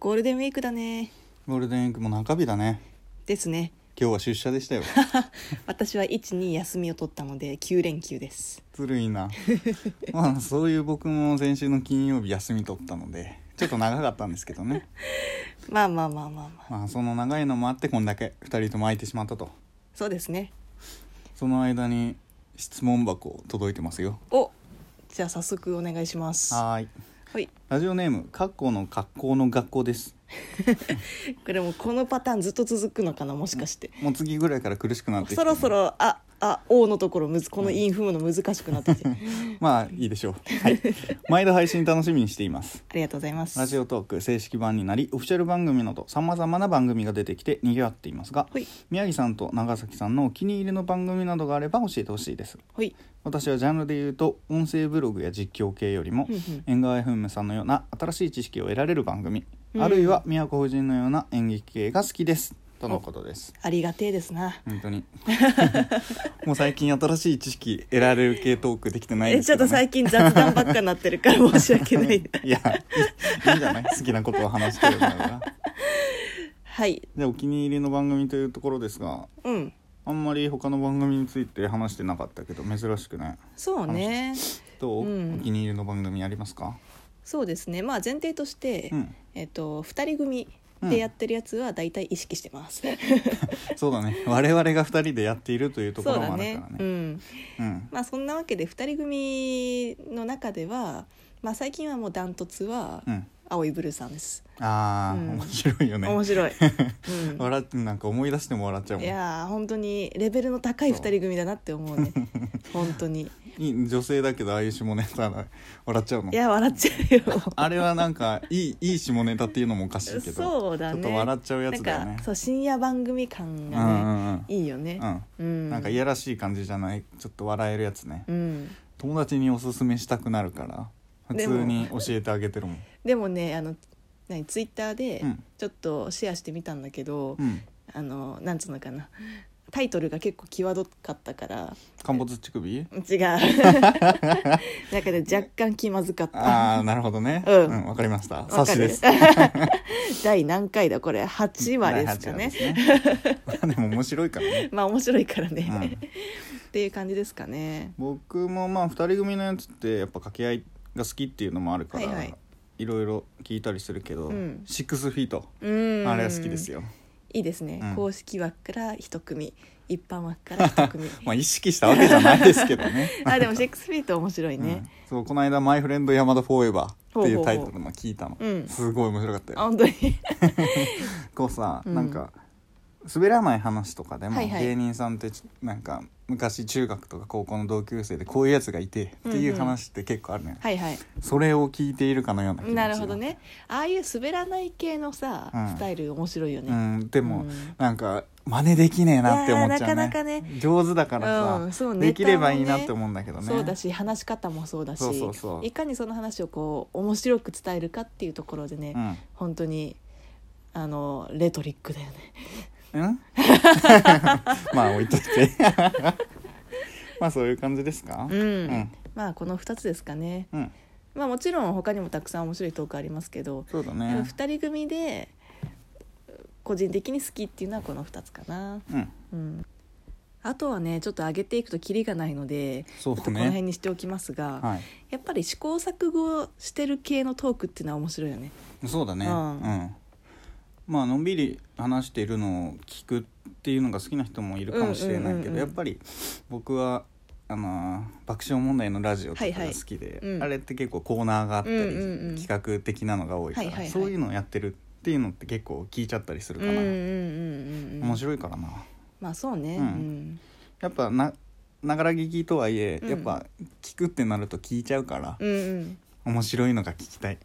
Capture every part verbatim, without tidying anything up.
ゴールデンウィークだね。 ゴールデンウィークも中日だね。 ですね。 今日は出社でしたよ。 私はいち、に休みを取ったのできゅう連休です。 ずるいな。まあそういう僕も先週の金曜日休み取ったのでちょっと長かったんですけどね。 まあまあまあまあまあ、 まあその長いのもあってこんだけふたりとも空いてしまったと。 そうですね。 その間に質問箱届いてますよ。 お、じゃあ早速お願いします。 はーい。 はい。 ラジオネームかっこの格好の学校です。 これもこのパターンずっと続くのかな、もしかして。 もう次ぐらいから苦しくなってきて、 そろそろああ O のところむずこのインフムの難しくなってきて、 まあいいでしょう。はい。毎度配信楽しみにしています。 ありがとうございます。 ラジオトーク正式版になりオフィシャル番組などさまざまな番組が出てきて賑わっていますが、 はい宮城さんと長崎さんのお気に入りの番組などがあれば教えてほしいです。 はい。 私はジャンルで言うと音声ブログや実況系よりもふんふん縁側 エフエム さんのような新しい知識を得られる番組、 うんあるいは宮古夫人のような演劇系が好きですとのことです。 ありがてえですな。 本当にもう最近新しい知識得られる系トークできてないえですけど、ね、 ちょっと最近雑談ばっかなってるから申し訳ない。 いやいいんじゃない、好きなことを話してるなら。 はい。 でお気に入りの番組というところですが、 うんあんまり他の番組について話してなかったけど珍しくね。 そうね。 どう、 うんお気に入りの番組ありますか？ そうですね。まあ前提として、 うんえっとふたり組でやってるやつはだいたい意識してます。 そうだね、我々がふたりでやっているというところもあるからね。 うん。 うんまあそんなわけでふたり組の中では、まあ最近はもうダントツはうん、 青いブルーさんです。 あー、 うん面白いよね。 面白い。うん。 笑ってなんか思い出しても笑っちゃうもん。 いやー本当にレベルの高いふたり組だなって思うね。本当に。 いい女性だけどああいう下ネタだ笑っちゃうの。 いや笑っちゃうよ。 あれはなんかいいいい下ネタっていうのもおかしいけど、 そうだね。 ちょっと笑っちゃうやつだよね。 なんかそう深夜番組感うんうがね、 んうんいいよね。 うん、 うん。 なんかいやらしい感じじゃない、ちょっと笑えるやつね。 うん。 友達におすすめしたくなるから普通に教えてあげてるもん。 でもね、あの何ツイッターでうんちょっとシェアしてみたんだけど、 うん、 あのなんつうのかな、タイトルが結構際どかったから陥没乳首。 違う。なんかね若干気まずかった。 ああなるほどね。 うんうん、わかりました。 わかる察しです。 第何回だこれ、はちわですかね。 だいはちわですね。でも面白いからね。 まあ面白いからね、 うんっていう感じですかね。 僕もまあふたり組のやつってやっぱ掛け合いが好きっていうのもあるから、 はいはいいろいろ聞いたりするけど、 うんシックスフィートうんあれは好きですよ。 いいですね、 うん公式枠から一組、一般枠から一組。 まあ意識したわけじゃないですけどね。 あでもシックスフィート面白いね。 うん、そうこの間マイフレンド山田フォーエバーっていうタイトルの聞いたの。 ほうほうほううんすごい面白かったよ。 あ本当に。 こうさ、 うんなんか滑らない話とかでも、 はいはい芸人さんってなんか昔中学とか高校の同級生でこういうやつがいてっていう話って結構あるね、 はいはい。 それを聞いているかのような気持ちがなるほどね。ああいう滑らない系のさ、 うんスタイル面白いようね。 ん、でも、 うんなんか真似できねえなって思っちゃうね。 いやーなかなかね上手だからさ、 うんそうできればいいネタもねなって思うんだけどね。 そうだし話し方もそうだし、 そうそうそういかにその話をこう面白く伝えるかっていうところでね、 うん本当にあのレトリックだよね。 うんまあ置いといてまあそういう感じですか。 うん、 うんまあこのふたつですかね。 うん、 まあもちろん他にもたくさん面白いトークありますけど、 そうだね。 ふたり組で個人的に好きっていうのはこのふたつかな。 うん、 うん、あとはねちょっと上げていくとキリがないので、 そうだねちょっとこの辺にしておきますが、 はい、 やっぱり試行錯誤してる系のトークっていうのは面白いよね。 そうだね。 ううんん、まあのんびり話しているのを聞くっていうのが好きな人もいるかもしれないけど、 うんうんうんうんやっぱり僕はあの爆笑問題のラジオとかが好きで、 はいはいうんあれって結構コーナーがあったり、 うんうんうん企画的なのが多いから、 はいはいはいそういうのをやってるっていうのって結構聞いちゃったりするかな。 うんうんうんうんうん。 面白いからな。 まあそうね。 ううんん。 やっぱなながら聞きとはいえ、 うんやっぱ聞くってなると聞いちゃうから、 うんうん。 面白いのが聞きたい。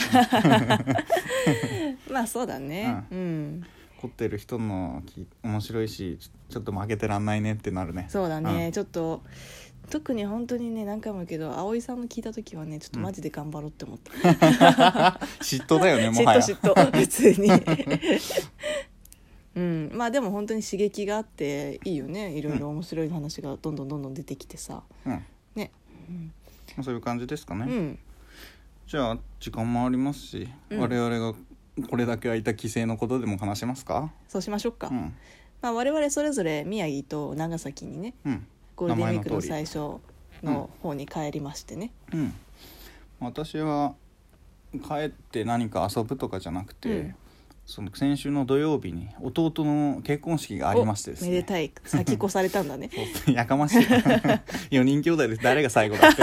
まあそうだね。 ううん。 凝ってる人のき面白いしちょちょっと負けてらんないねってなるね。 そうだね。 うんちょっと特に本当にね何回も言うけど葵さんの聞いた時はねちょっとマジで頑張ろうって思った。 嫉妬だよねも嫉はや。 妬嫉妬普通に。うん、まあでも本当に刺激があっていいよね。いろいろ面白い話がどんどんどんどん出てきてさ、 うん、 ね、うんまあそういう感じですかね。 うん、 じゃあ時間もありますし、 うん我々がこれだけ空いた帰省のことでも話しますか？ そうしましょうか、 うんまあ、我々それぞれ宮城と長崎にねうんゴールデンウィークの名前の通り最初の方に帰りましてね、 うん私は帰って何か遊ぶとかじゃなくて、 うんその先週の土曜日に弟の結婚式がありましてですね。 おめでたい、先越されたんだねそうやかましいよにん兄弟で誰が最後だって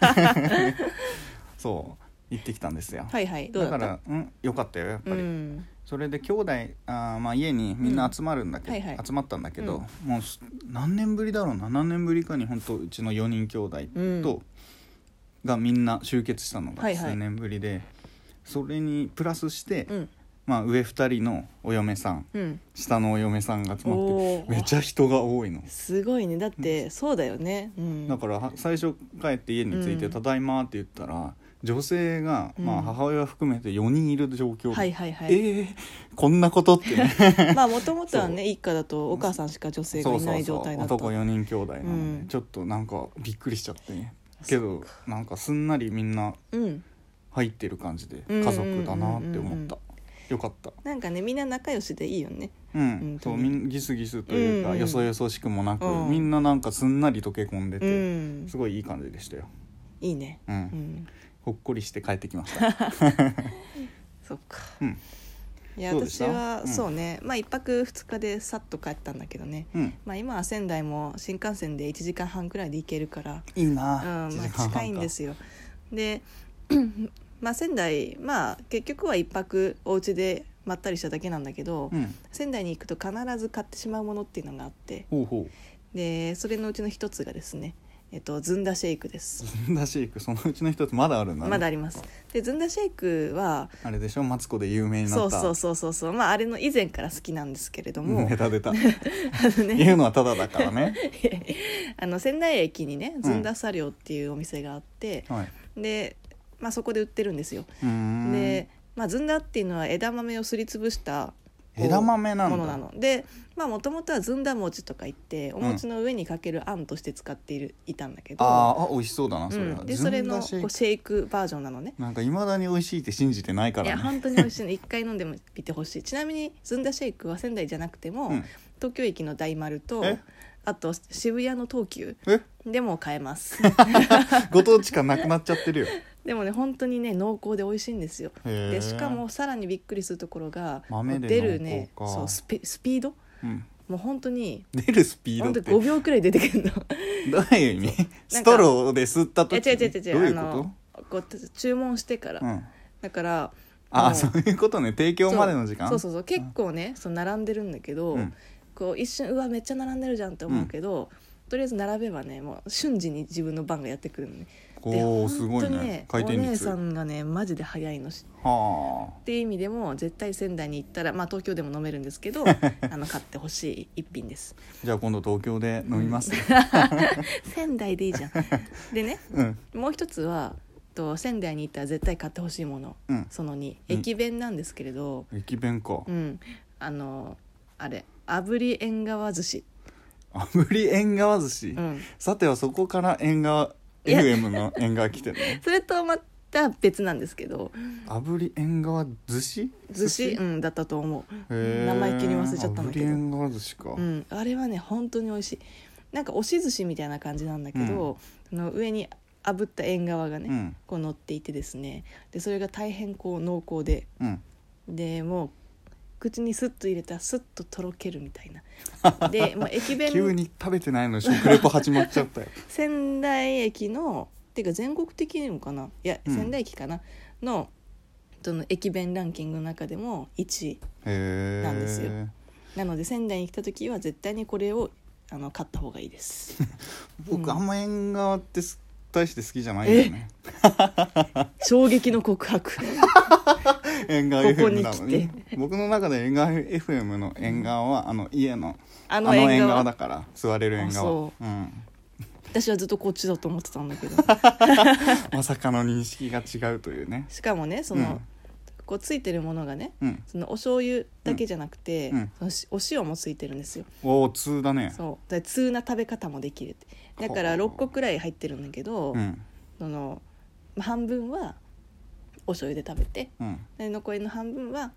そう行ってきたんですよ。 はいはい、どうだった？ だからうんよかったよやっぱり、 うんそれで兄弟あー、まあ、家にみんな集まるんだけど、 うんはいはい集まったんだけど、もう何年ぶりだろうな何年ぶりかに本当うちのよにん兄弟と、 うんがみんな集結したのがはいはい数年ぶりで、それにプラスして、 うんまあ、上ふたりのお嫁さんうん下のお嫁さんが集まっておーめっちゃ人が多いの。 すごいね、だってそうだよね、うん、 だからは最初帰って家に着いて「 うんただいま」って言ったら女性が、 うんまあ、母親含めてよにんいる状況で、 はいはいはい、 えー、こんなことってねまあもともとはねそう一家だとお母さんしか女性がいない状態だった。 そうそうそう男よにん兄弟なので、 うんちょっとなんかびっくりしちゃってねけどなんかすんなりみんなうん入ってる感じでうん家族だなって思うんうんうんうんった。よかった。 なんかねみんな仲良しでいいよね。 うん、 うんそうみんギスギスというか、 うんうんよそよそしくもなく、 うんみんななんかすんなり溶け込んでうて、 んすごいいい感じでしたよ。 いいね。 うんうんほっこりして帰ってきましたそっか。 うんいやどうでした私は、 うんそうねまあ一泊二日でさっと帰ったんだけどね。 うんまあ今は仙台も新幹線でいちじかんはんくらいで行けるから、 いいな、 うんまあ近いんですよ。でまあ仙台まあ結局は一泊お家でまったりしただけなんだけど、 うん仙台に行くと必ず買ってしまうものっていうのがあって、 ほうほでそれのうちの一つがですね、えっと、ずんだシェイクです。 うずんだシェイクそのうちの一つまだあるんだね。 まだあります。でずんだシェイクはあれでしょマツコで有名になったそうそうそうそうそうまああれの以前から好きなんですけれども、 ネタ出たあのね言うのはただだからねあの仙台駅にねずんだ茶寮っていうお店があって、 はいで、まあ、そこで売ってるんですよ。 うーんで、まあ、ずんだっていうのは枝豆をすりつぶしたこう枝豆なんだものなのでもともとはずんだ餅とか言ってお餅の上にかけるあんとして使っているいたんだけど、 あーあ美味しそうだなそれは、 うん、でそれのこずんだシェイクうシェイクバージョンなのね。 なんかいまだに美味しいって信じてないかいやらね本当に美味しいの一回飲んでみてほしい。ちなみにずんだシェイクは仙台じゃなくても、 うん東京駅の大丸とえあと渋谷の東急えでも買えますご当地感なくなっちゃってるよでもね本当にね濃厚で美味しいんですよ。 へーでしかもさらにびっくりするところが豆で出るね濃厚かそうスピスピードうんもう本当に出るスピード本当にってごびょうくらい出てくるのどういう意味ストローで吸った時いや違う違う違う違うどういうこあのこう注文してから、 と、うん、 だからあもそういうことね提供までの時間そうそうそう結構ねそう並んでるんだけど、 うんこう一瞬うわめっちゃ並んでるじゃんって思うけど、とりあえず並べばねもう瞬時に自分の番がやってくるのね。でおおすごい本当にね回転お姉率はさんがねマジで早いのしあっていう意味でも絶対仙台に行ったらまあ東京でも飲めるんですけどあの買ってほしい一品です。 じゃあ今度東京で飲みます、 仙台でいいじゃん。でねうんもう一つはと仙台に行ったら絶対買ってほしいもの、 うんそのにうん駅弁なんですけれど、 駅弁かうん、あのあれ炙り縁側寿司、 炙り縁側寿司、 うん、 さてはそこから縁側いやエフエム の縁側来てるそれとまた別なんですけどの炙り縁側寿司寿司、うん、だったと思う。 へー生意気に忘れちゃったんだけど炙り縁側寿司か、 うん、あれはね本当に美味しい。なんか押し寿司みたいな感じなんだけど、その上に炙った縁側がね、 うんこう乗っていてですねでそれが大変こう濃厚でうんでもう口にスッと入れたらスッととろけるみたいなでもう駅弁急に食べてないのに食レポ始まっちゃったよ仙台駅のてか全国的にもかないや、 うん仙台駅かなのその駅弁ランキングの中でもいちいへえなんですよなので仙台に来た時は絶対にこれをあの買った方がいいです僕あんま縁側ってす大して好きじゃないんだよね衝撃の告白縁側こエフエム なのこに来てに僕の中で縁側 エフエム の縁側はあの家のああの縁の縁側側だから座れる縁側、 あそうん、 私はずっとこっちだと思ってたんだけどまさかの認識が違うというねしかもねその、 うんこうついてるものがねうんそのお醤油だけじゃなくて、 うんそのしお塩もついてるんですよ。 おお通だねそうだから通な食べ方もできるってだからはあろっこくらい入ってるんだけど、 うんそのまあ半分はお醤油で食べてうんで残りの半分は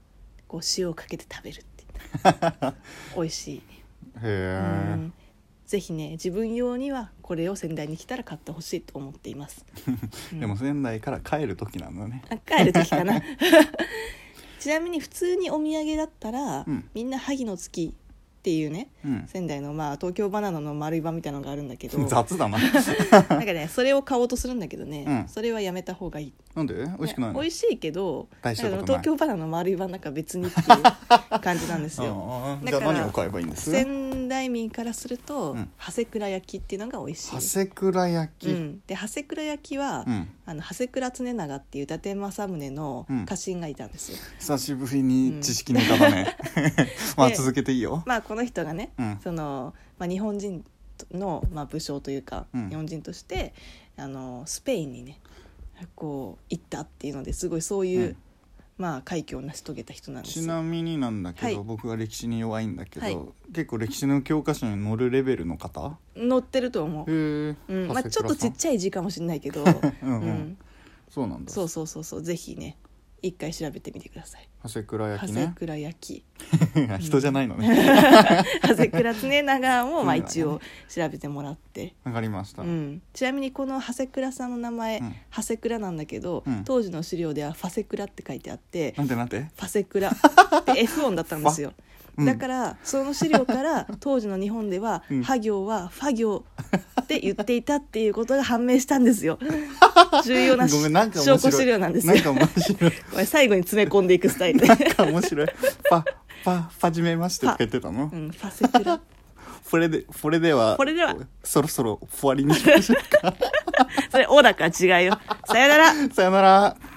こう塩をかけて食べるって美味しい。 へえ、 うん、ぜひね自分用にはこれを仙台に来たら買ってほしいと思っています、うん、 でも仙台から帰る時なんだね。 あ帰る時かなちなみに普通にお土産だったら、 うん、 みんな萩の月っていうね、 うん、 仙台のまあ東京バナナの丸い版みたいなのがあるんだけど雑だななんかねそれを買おうとするんだけどね、 うん、 それはやめた方がいい。 なんで美味しくないの？ 美味しいけど大したことない。 東京バナナの丸い版なんか別にっていう感じなんですよじゃあ何を買えばいいんです？ 仙台民からすると、 うん、 長谷倉焼きっていうのが美味しい。 長谷倉焼き、 うん、で長谷倉焼きは、うん、あの長谷倉常長っていう伊達政宗の家臣がいたんですよ、 うん、久しぶりに知識ネタだね、うん、まあ続けていいよ。 まあこの人がね、 うん、 そのまあ、日本人の、まあ、武将というか、 うん、 日本人としてあのスペインにねこう行ったっていうのですごいそういう、うん、まあ快挙を成し遂げた人なんですよ。 ちなみになんだけど、はい、僕は歴史に弱いんだけど、はい、結構歴史の教科書に載るレベルの方？ 載ってると思う。 へえ、 うん、まあ、ちょっとちっちゃい字かもしれないけどうん、うんうん、 そうなんだ。 そうそうそうそう、ぜひね一回調べてみてください。 長谷倉焼きね。 長谷倉焼き人じゃないのね長谷倉常長もまあ一応調べてもらってわかりました、 うん、ちなみにこの長谷倉さんの名前、うん、長谷倉なんだけど、うん、当時の資料ではファセクラって書いてあって、 なんてなんてファセクラで F 音だったんですよだからその資料から当時の日本では、うん、ハ行はファ行って言っていたっていうことが判明したんですよ重要な証拠資料なんですよ。 なんか面白いこれ最後に詰め込んでいくスタイルでなんか面白いファファファじめましてって言ってたの、 うん、ファセクラこれでこれではこれではそろそろ終わりにしましょうかそれ「お」だから違うよ。さよならさよなら。